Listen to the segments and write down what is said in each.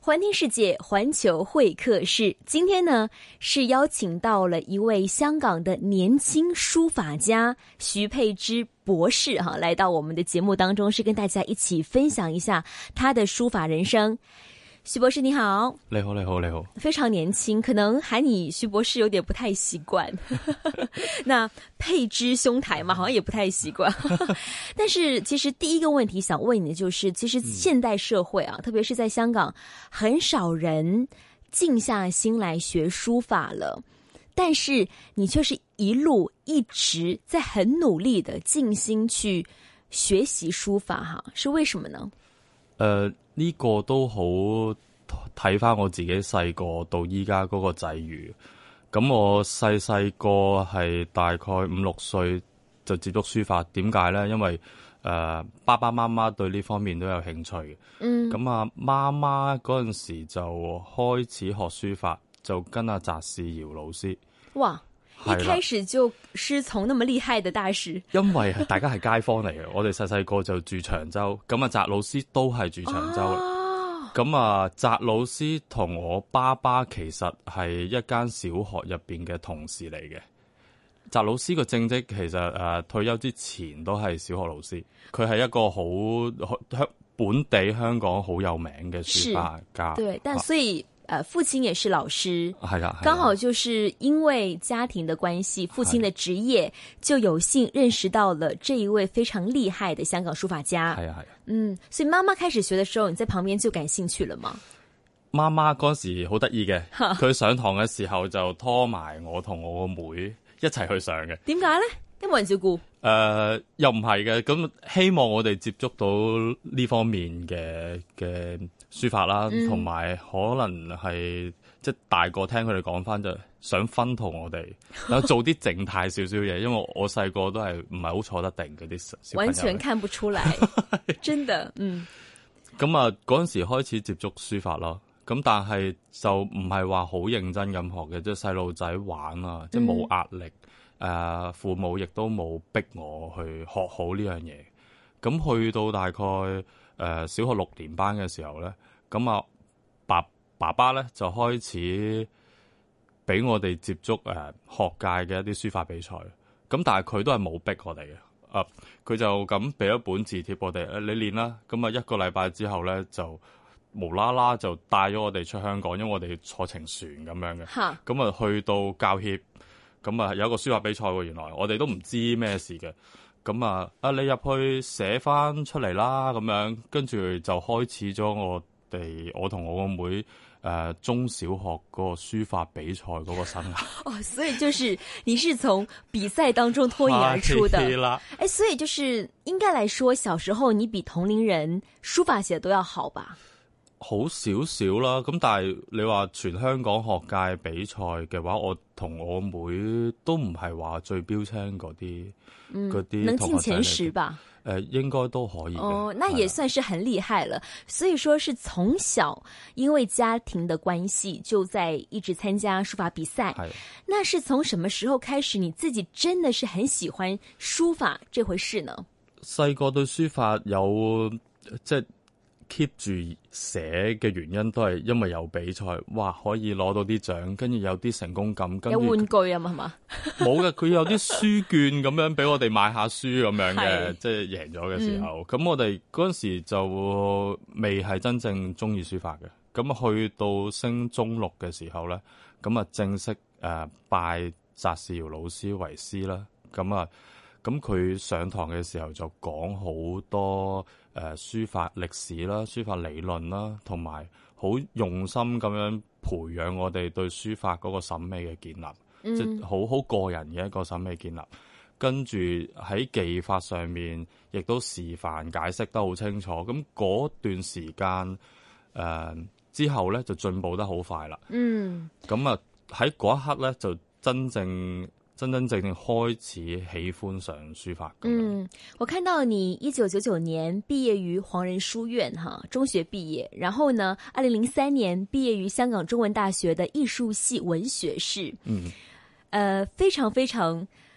环听世界，环球会客室。今天呢，是邀请到了一位香港的年轻书法家徐佩芝博士来到我们的节目当中，是跟大家一起分享一下他的书法人生。徐博士你好。 你好，你好，你好。 非常年轻，可能喊你徐博士有点不太习惯。那佩芝兄台嘛，好像也不太习惯。但是其实第一个问题想问你的就是，其实现代社会啊，特别是在香港，很少人静下心来学书法了。但是你却是一直在很努力的静心去学习書法是為什麼呢？ 呢個都好睇翻我自己細個到依家嗰個際遇。咁我細個係大概5-6歲就接觸書法，點解呢？因為爸爸媽媽對呢方面都有興趣嘅。咁啊，媽媽嗰陣時就開始學書法，就跟阿翟士堯老師。哇！ 一開始就是從那麼厲害的大師， 因為大家係街坊嚟嘅，我哋細個就住長洲，咁啊翟老師都係住長洲嘅，咁啊翟老師同我爸爸其實係一間小學入邊嘅同事嚟嘅。翟老師個正職其實退休之前都係小學老師，佢係一個好本地香港好有名嘅書法家。 對，但所以父親也是老師， 係啊， 剛好就是因為家庭的關係，父親的職業就有幸認識到了這一位非常厲害的香港書法家。 係啊。 所以媽媽開始學的時候，你在旁邊就感興趣了嗎？ 媽媽嗰時好得意嘅，佢上堂嘅時候就拖埋我同我個妹一齊去上嘅。 點解呢？因為冇人照顧。 又唔係嘅，咁希望我哋接觸到呢方面嘅書法啦，同埋可能係即係大個聽佢哋講翻，就想分同我哋，然後做啲靜態少少嘢，因為我細個都係唔係好坐得定嗰啲小朋友。 完全看不出來，真的。 咁啊，嗰陣時開始接觸書法咯，咁但係就唔係話好認真咁學嘅，即係細路仔玩啊，即係冇壓力。父母亦都冇逼我去學好呢樣嘢。咁去到大概小學6年班嘅時候咧，咁啊爸爸咧就開始俾我哋接觸學界嘅一啲書法比賽。咁但係佢都係冇逼我哋嘅。佢就咁俾一本字帖我哋，你練啦。咁啊1個禮拜之後咧，就無啦啦就帶咗我哋出香港，因為我哋坐程船咁樣嘅。咁啊去到教協。咁啊有一個書法比賽喎，原來我哋都唔知咩事嘅。咁啊你入去寫翻出嚟啦，咁樣跟住就開始咗我同我個妹中小學嗰個書法比賽嗰個生涯。 所以就是你是從比賽當中脫穎而出的。所以就是應該來說，小時候你比同齡人書法寫都要好吧？ 好少少啦，咁但係你話全香港學界比賽嘅話，我同我妹都唔係話最標青嗰啲， 能進前10吧？ 應該都可以。 那也算是很厲害了。所以說是從小因為家庭的關係，就在一直參加書法比賽。那是從什麼時候開始，你自己真的是很喜歡書法這回事呢？ 細個對書法有即係keep 住寫嘅原因都係因為有比賽，哇可以攞到啲獎，跟住有啲成功感，跟住有玩具啊嘛係嘛？ 冇嘅，佢有啲書券咁樣俾我哋買下書咁樣嘅，即係贏咗嘅時候。咁我哋嗰陣時就未係真正中意書法嘅。咁去到升中6嘅時候咧，咁啊正式拜翟士堯老師為師啦。咁佢上堂嘅時候就講好多書法歷史啦、書法理論啦，同埋好用心咁樣培養我哋對書法嗰個審美嘅建立，即係好個人嘅一個審美建立。跟住喺技法上面，亦都示範解釋得好清楚。咁嗰段時間之後咧，就進步得好快啦。咁啊喺嗰一刻咧，就真正開始喜歡上書法。 我看到你1999年畢業於黃仁書院中學畢業，然後呢2003年畢業於香港中文大學的藝術系文學士。非常非常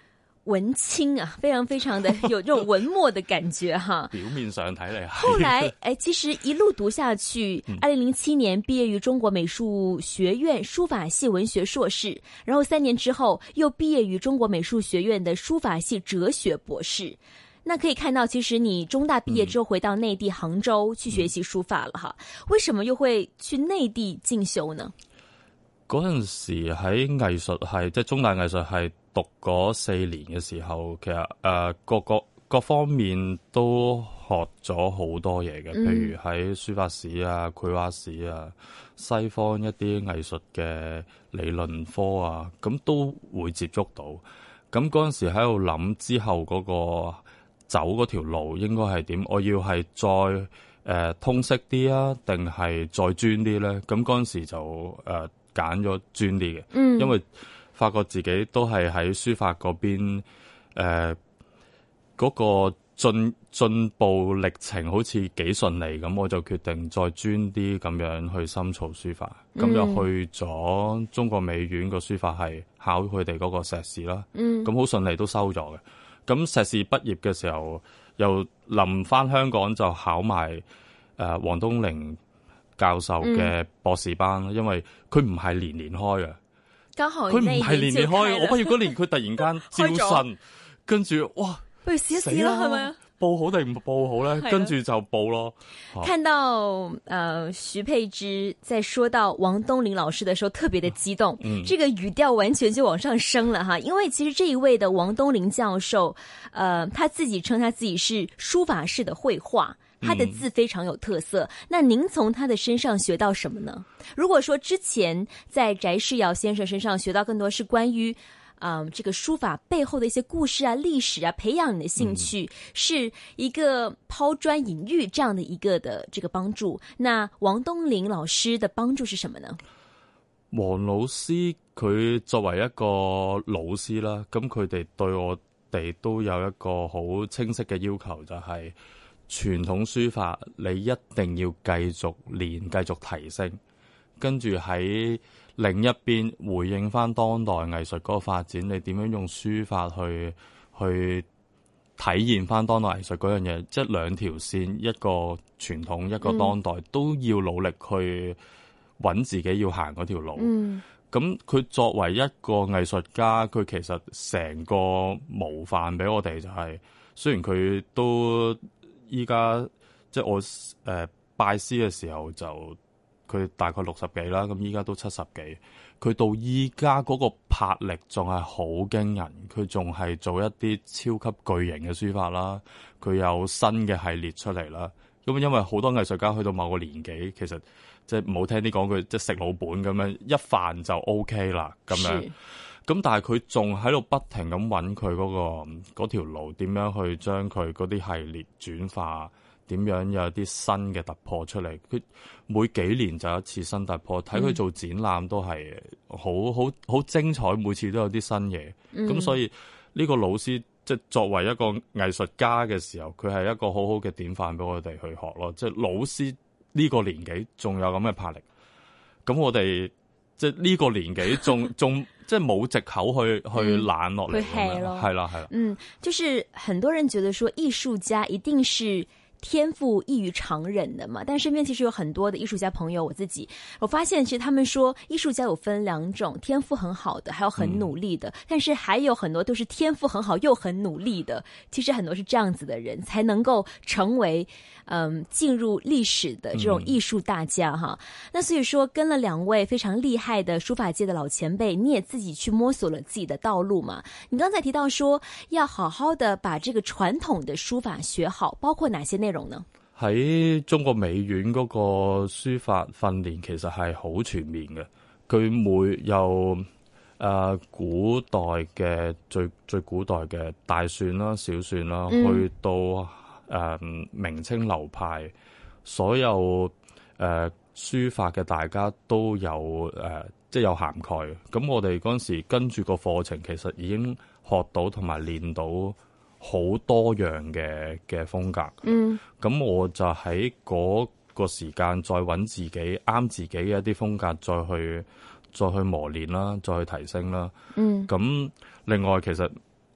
文青啊，非常非常的有这种文墨的感觉哈。 表面上睇嚟， 後來其實一路讀下去，2007年畢業於中國美術學院書法系文學碩士，然後3年之後又畢業於中國美術學院的書法系哲學博士。那可以看到，其實你中大畢業之後回到內地杭州去學習書法了哈。為什麼又會去內地進修呢？ 嗰陣時喺藝術系，即係中大藝術系讀嗰4年嘅時候，其實各方面都學咗好多嘢嘅，譬如喺書法史啊、繪畫史啊、西方一啲藝術嘅理論科啊，咁都會接觸到。咁嗰陣時喺度諗之後嗰個走嗰條路應該係點？我要係再通識啲啊，定係再專啲咧？咁嗰陣時就揀咗專啲嘅，因為發覺自己都係喺書法嗰邊，嗰個進步歷程好似幾順利，咁我就決定再專啲咁樣去深造書法，咁就去咗中國美院個書法系考佢哋嗰個碩士啦，咁好順利都收咗嘅。咁碩士畢業嘅時候，又臨返香港就考埋黃東玲教授嘅博士班，因為佢唔係年年開嘅，佢唔係年年開。我畢業嗰年佢突然間招新，跟住哇， 不如試一試啦，係咪啊？ 報好定唔報好咧？跟住就報咯。 看到徐佩芝在說到王東林老師的時候特別的激動，這個語調完全就往上升了哈。因為其實這一位的王東林教授，他自己稱他自己是書法式的繪畫，他的字非常有特色。那您從他的身上學到什麼呢？如果說之前在翟世堯先生身上學到更多是關於這個書法背後的一些故事啊、歷史啊，培養你的興趣，是一個拋磚引玉這樣的一個的這個幫助。那王東林老師的幫助是什麼呢？ 王老師佢作為一個老師啦，咁佢哋對我哋都有一個好清晰嘅要求，就係傳統書法你一定要繼續練、繼續提升，跟住喺另一邊回應翻當代藝術嗰個發展，你點樣用書法去體現翻當代藝術嗰樣嘢？即係兩條線，一個傳統，一個當代，都要努力去揾自己要行嗰條路。咁佢作為一個藝術家，佢其實成個模範俾我哋就係，雖然佢都依家即係我拜師嘅時候就。佢大概60幾啦，咁依家都70幾。佢到依家嗰個魄力仲係好驚人，佢仲係做一啲超級巨型嘅書法啦。佢有新嘅系列出嚟啦。咁因為好多藝術家去到某個年紀，其實即係唔好聽啲講句，即係食老本咁樣一飯就 OK 啦咁樣。咁但係佢仲喺度不停咁揾佢嗰條路，點樣去將佢嗰啲系列轉化。點樣有啲新嘅突破出嚟？佢每幾年就有一次新突破，睇佢做展覽都係好精彩，每次都有啲新嘢。咁所以呢個老師即係作為一個藝術家嘅時候，佢係一個好好嘅典範俾我哋去學咯。即係老師呢個年紀仲有咁嘅魄力，咁我哋即係呢個年紀仲即係冇藉口去懶落嚟，係啦。 就是很多人覺得說藝術家一定是天賦異於常人的嘛，但身邊其實有很多的藝術家朋友，我發現其實他們說藝術家有分兩種，天賦很好的，還有很努力的，但是還有很多都是天賦很好又很努力的，其實很多是這樣子的人才能夠成為進入歷史的這種藝術大家哈。那所以說跟了兩位非常厲害的書法界的老前輩，你也自己去摸索了自己的道路嘛。你剛才提到說要好好的把這個傳統的書法學好，包括哪些內容呢？ 喺中國美院嗰個書法訓練其實係好全面嘅，佢由古代嘅最古代嘅大篆啦、小篆啦，去到明清流派，所有書法嘅大家都有即係有涵蓋。咁我哋嗰陣時跟住個課程，其實已經學到同埋練到好多樣嘅風格。咁我就喺嗰個時間再揾自己啱自己嘅一啲風格，再去磨練啦，再去提升啦。咁另外其實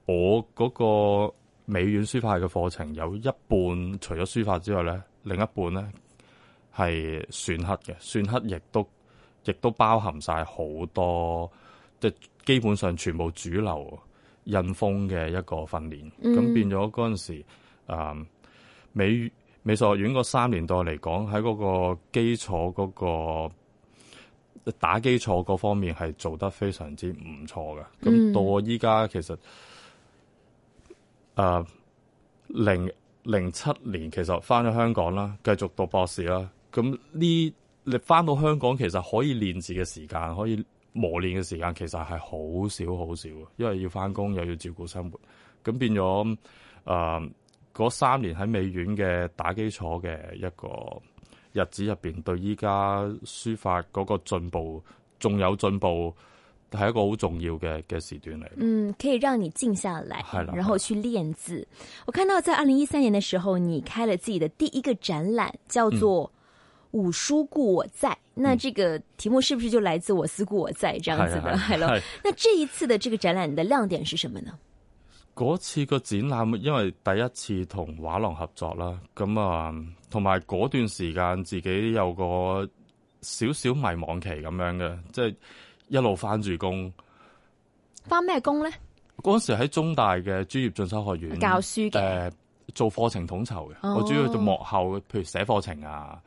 我嗰個美院書法系嘅課程有一半除咗書法之外咧，另一半咧係篆刻嘅，篆刻亦都包含晒好多，即係基本上全部主流印風嘅一個訓練。咁變咗嗰陣時，美術學院嗰3年代嚟講，喺嗰個基礎嗰個打基礎嗰方面係做得非常之唔錯嘅。咁到我依家其實2007年其實翻咗香港啦，繼續讀博士啦。咁你翻到香港，其實可以練字嘅時間，可以磨練嘅時間，其實係好少好少，因為要翻工又要照顧生活，咁變咗嗰3年喺美院嘅打基礎嘅一個日子入邊，對依家書法嗰個進步仲有進步，係一個好重要嘅時段嚟。 可以讓你靜下來，然後去練字。我看到在2013年的時候，你開了自己的第一個展覽，叫做吾書故我在。那這個題目是不是就來自我思故我在這樣子的？係咯。那這一次的這個展覽的亮點是什麼呢？ 嗰次個展覽，因為第一次同畫廊合作啦，咁啊，同埋嗰段時間自己有個少少迷惘期咁樣嘅，即係一路翻住工。翻咩工咧？嗰時喺中大嘅專業進修學院教書嘅， 做課程統籌嘅。我主要做幕後，譬如寫課程啊，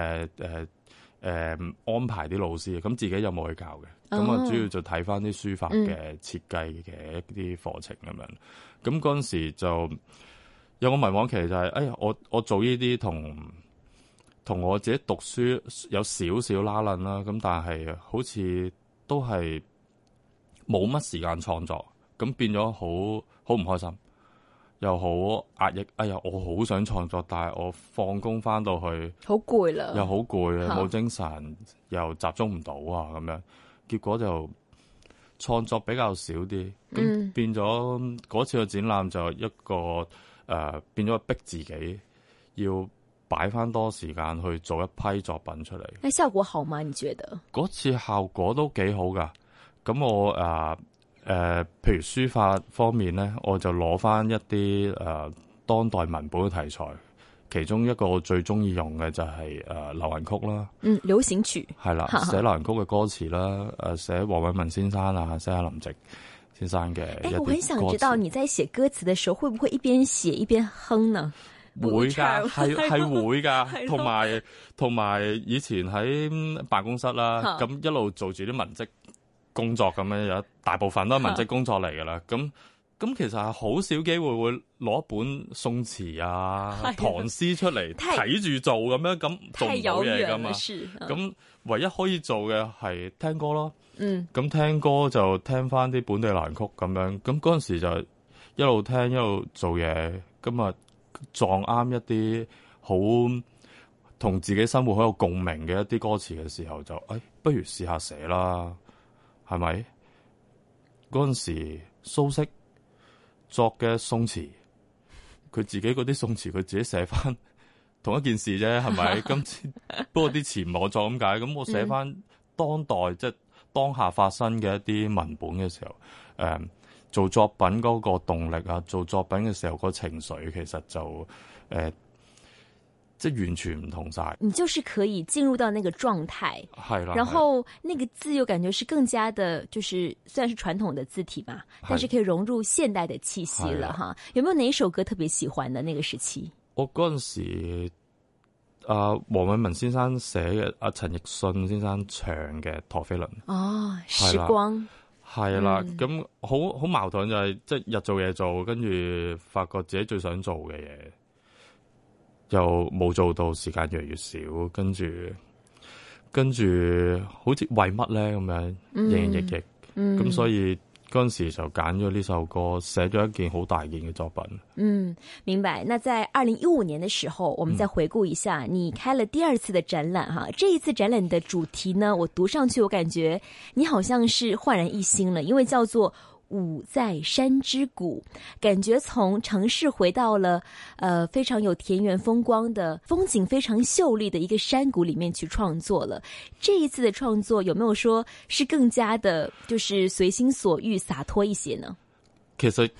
安排啲老師，咁自己有冇去教嘅？咁啊，主要就睇翻啲書法嘅設計嘅一啲課程咁樣。咁嗰陣時就有個迷惘期，就係哎呀，我做呢啲同我自己讀書有少少拉楞啦。咁但係好似都係冇乜時間創作，咁變咗好唔開心，又好壓抑。哎呀，我好想創作，但係我放工翻到去好攰啦， 又好攰啊，冇精神，又集中唔到啊，咁樣結果就創作比較少啲。咁變咗嗰次嘅展覽就一個變咗逼自己要擺翻多時間去做一批作品出嚟。 那效果好嗎？你覺得？嗰次效果都幾好噶。咁我譬如書法方面咧，我就攞翻一啲當代文本嘅題材，其中一個我最中意用嘅就係流行曲啦。 流行曲係啦，寫流行曲嘅歌詞啦，寫黃偉文先生啊，寫下林夕先生嘅一啲歌詞。 我很想知道你在寫歌詞嘅時候，會唔會一邊寫一邊哼呢？ 會噶，係會噶，同埋以前喺辦公室啦，咁一路做住啲文職工作咁樣，有大部分都係文職工作嚟噶啦。咁其實係好少機會會攞一本宋詞啊、唐詩出嚟睇住做咁樣，咁做唔到嘢噶嘛。咁唯一可以做嘅係聽歌咯。咁聽歌就聽翻啲本地流行曲咁樣。咁嗰陣時就一路聽一路做嘢，咁啊撞啱一啲好同自己生活好有共鳴嘅一啲歌詞嘅時候，就不如試下寫啦，係咪？嗰陣時蘇軾作嘅宋詞，佢自己嗰啲宋詞佢自己寫翻同一件事啫，係咪？今次不過啲詞唔我作咁解，咁我寫翻當代即係當下發生嘅一啲文本嘅時候，做作品嗰個動力啊，做作品嘅時候個情緒，其實就即係完全唔同晒。你就是可以進入到那個狀態， 係啦。 然後那個字又感覺是更加的，就是雖然是傳統的字體嘛，但是可以融入現代的氣息了哈。有沒有哪一首歌特別喜歡的那個時期？ 我嗰陣時，黃偉文先生寫嘅，陳奕迅先生唱嘅《陀飛輪》。 哦，時光。 係啦，咁好矛盾就係即係日做夜做，跟住發覺自己最想做嘅嘢又冇做到，時間越嚟越少，跟住好似為乜咧咁樣營營役役，咁所以嗰陣時就揀咗呢首歌，寫咗一件好大件嘅作品。 明白。那在2015年的時候，我們再回顧一下，你開了第二次的展覽哈。這一次展覽的主題呢，我讀上去，我感覺你好像是煥然一新了，因為叫做吾在山之谷，感覺從城市回到了非常有田園風光的風景非常秀麗的一個山谷裏面去創作了。這一次的創作有沒有說是更加的就是隨心所欲灑脫一些呢？ 其實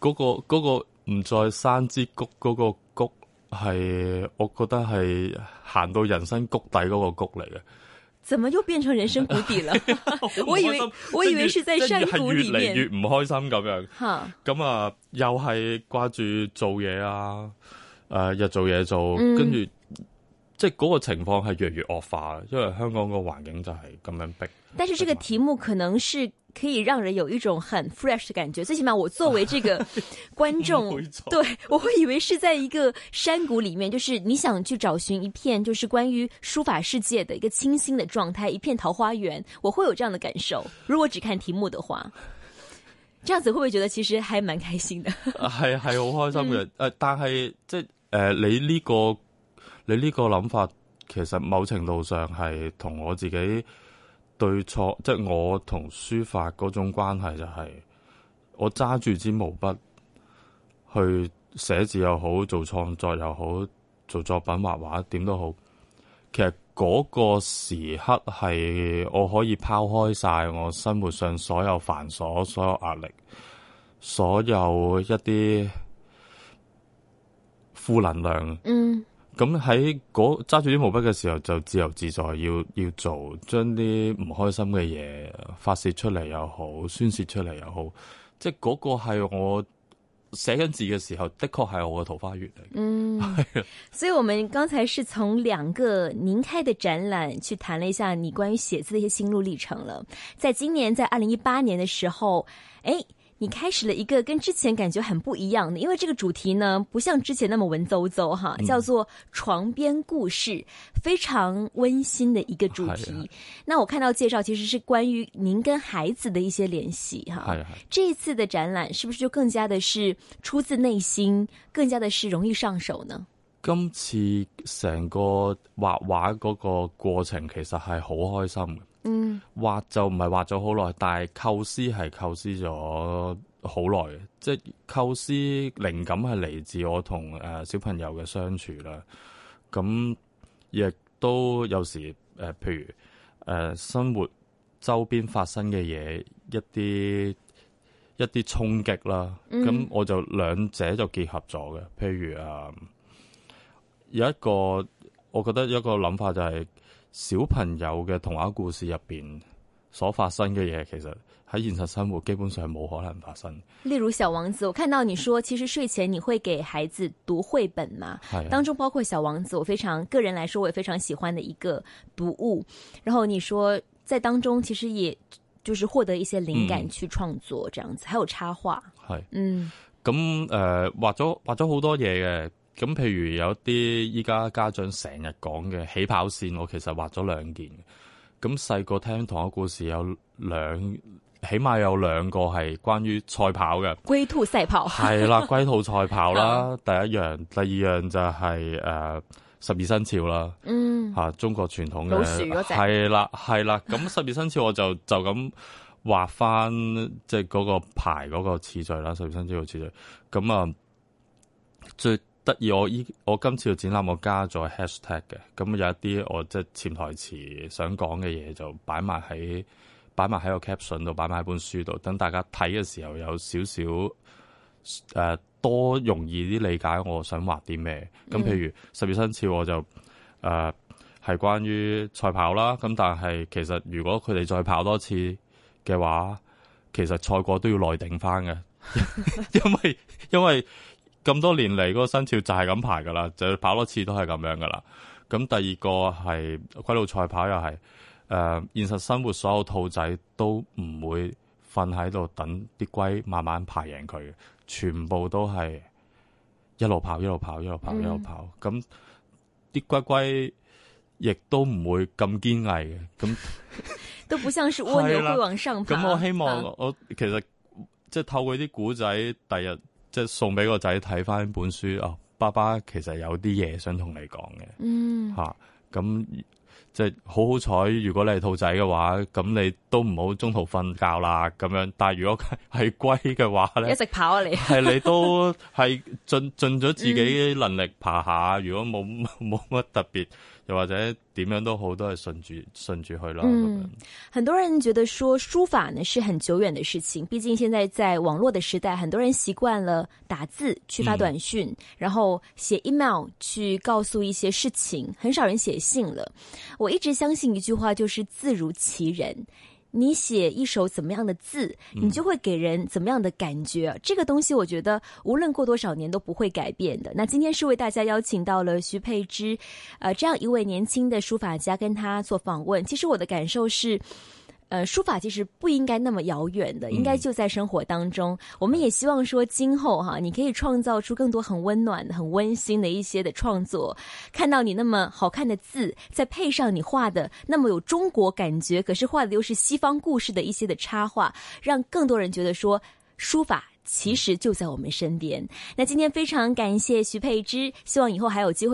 嗰個唔再山之谷嗰個谷係，我覺得係行到人生谷底嗰個谷嚟嘅。 怎麼又變成人生谷底了？我以為是在山谷裏面， 越嚟越唔開心咁樣。咁啊，又係掛住做嘢啊，日做夜做，跟住即係嗰個情況係越嚟越惡化，因為香港個環境就係咁樣逼。 但是這個題目可能是可以讓人有一種很 fresh 的感覺，最起碼我作為這個觀眾，對，我會以為是在一個山谷裏面，就是你想去找尋一片就是關於書法世界的一個清新的狀態，一片桃花源，我會有這樣的感受。如果只看題目的話，這樣子會不會覺得其實還蠻開心的？ 係好開心嘅。但係即係你呢個諗法，其實某程度上係同我自己對錯，即係我同書法嗰種關係就係，我揸住支毛筆去寫字又好，做創作又好，做作品畫畫點都好，其實嗰個時刻係我可以拋開晒我生活上所有繁瑣、所有壓力、所有一啲負能量。咁喺揸住啲毛筆嘅時候就自由自在，要做，將啲唔開心嘅嘢發洩出嚟又好，宣洩出嚟又好，即係嗰個係我寫緊字嘅時候，的確係我嘅桃花源嚟。 所以我們剛才是從兩個您開的展覽去談了一下你關於寫字的一些心路歷程了。在今年，在2018年的時候，你開始了一個跟之前感覺很不一樣的，因為這個主題呢，不像之前那麼文縐縐哈，叫做床邊故事，非常溫馨的一個主題。那我看到介紹其實是關於您跟孩子的一些聯繫哈。這一次的展覽是不是就更加的是出自內心，更加的是容易上手呢？ 今次成個畫畫嗰個過程其實係好開心嘅。畫就唔係畫咗好耐，但係構思係構思咗好耐嘅，即係構思靈感係嚟自我同小朋友嘅相處啦。咁亦都有時譬如生活周邊發生嘅嘢，一啲衝擊啦。咁我就兩者就結合咗嘅。譬如有一個，我覺得一個諗法就係，小朋友嘅童話故事入邊所發生嘅嘢，其實喺現實生活基本上冇可能發生。 例如小王子，我看到你說其實睡前你會給孩子讀繪本嘛，當中包括小王子，我個人來說我也非常喜歡的一個讀物。然後你說在當中其實也就是獲得一些靈感去創作這樣子，還有插畫。 咁畫咗好多嘢嘅。咁譬如有啲依家家長成日講嘅起跑線，我其實畫咗2件。咁細個聽童話故事起碼有2個係關於賽跑嘅。龜兔賽跑係啦，龜兔賽跑啦，第一樣，第二樣就係12生肖啦。中國傳統嘅老鼠嗰隻係啦。咁12生肖我就咁畫翻，即係嗰個排嗰個次序啦，12生肖嘅次序。咁最得意，我今次嘅展覽我加咗 hashtag 嘅，咁有一啲我即係潛台詞想講嘅嘢就擺埋喺個 caption 度，擺埋喺本書度，等大家睇嘅時候有少少多容易啲理解我想畫啲咩。咁譬如12生肖我就係關於賽跑啦，咁但係其實如果佢哋再跑多次嘅話，其實賽果都要內定翻嘅，因為咁多年嚟嗰個生肖就係咁排噶啦，就跑多次都係咁樣噶啦。咁第二個係龜兔賽跑，又係現實生活所有兔仔都唔會瞓喺度等啲龜慢慢排贏佢嘅，全部都係一路跑。咁啲龜亦都唔會咁堅毅嘅，咁都不像是蝸牛會往上爬。 咁我希望我其實即係透過啲古仔，第日即係送俾個仔睇翻本書，爸爸其實有啲嘢想同你講嘅。咁即係好彩，如果你係兔仔嘅話，咁你都唔好中途瞓覺啦咁樣。但係如果係龜嘅話咧， 一直跑啊你係你都係盡咗自己能力爬下。如果冇乜特別又或者點樣都好，都係順住去啦。 很多人覺得說書法呢是很久遠的事情，畢竟現在在網絡的時代，很多人習慣了打字去發短訊，然後寫 email 去告訴一些事情，很少人寫信了。我一直相信一句話，就是字如其人。你寫一首怎麼樣的字，你就會給人怎麼樣的感覺，這個東西我覺得無論過多少年都不會改變的。那今天是為大家邀請到了徐沛之這樣一位年輕的書法家，跟他做訪問。其實我的感受是書法其實不應該那麼遙遠的，應該就在生活當中。我們也希望說今後你可以創造出更多很溫暖很溫馨的一些的創作，看到你那麼好看的字，再配上你畫的那麼有中國感覺，可是畫的又是西方故事的一些的插畫，讓更多人覺得說書法其實就在我們身邊。那今天非常感謝徐沛之，希望以後還有機會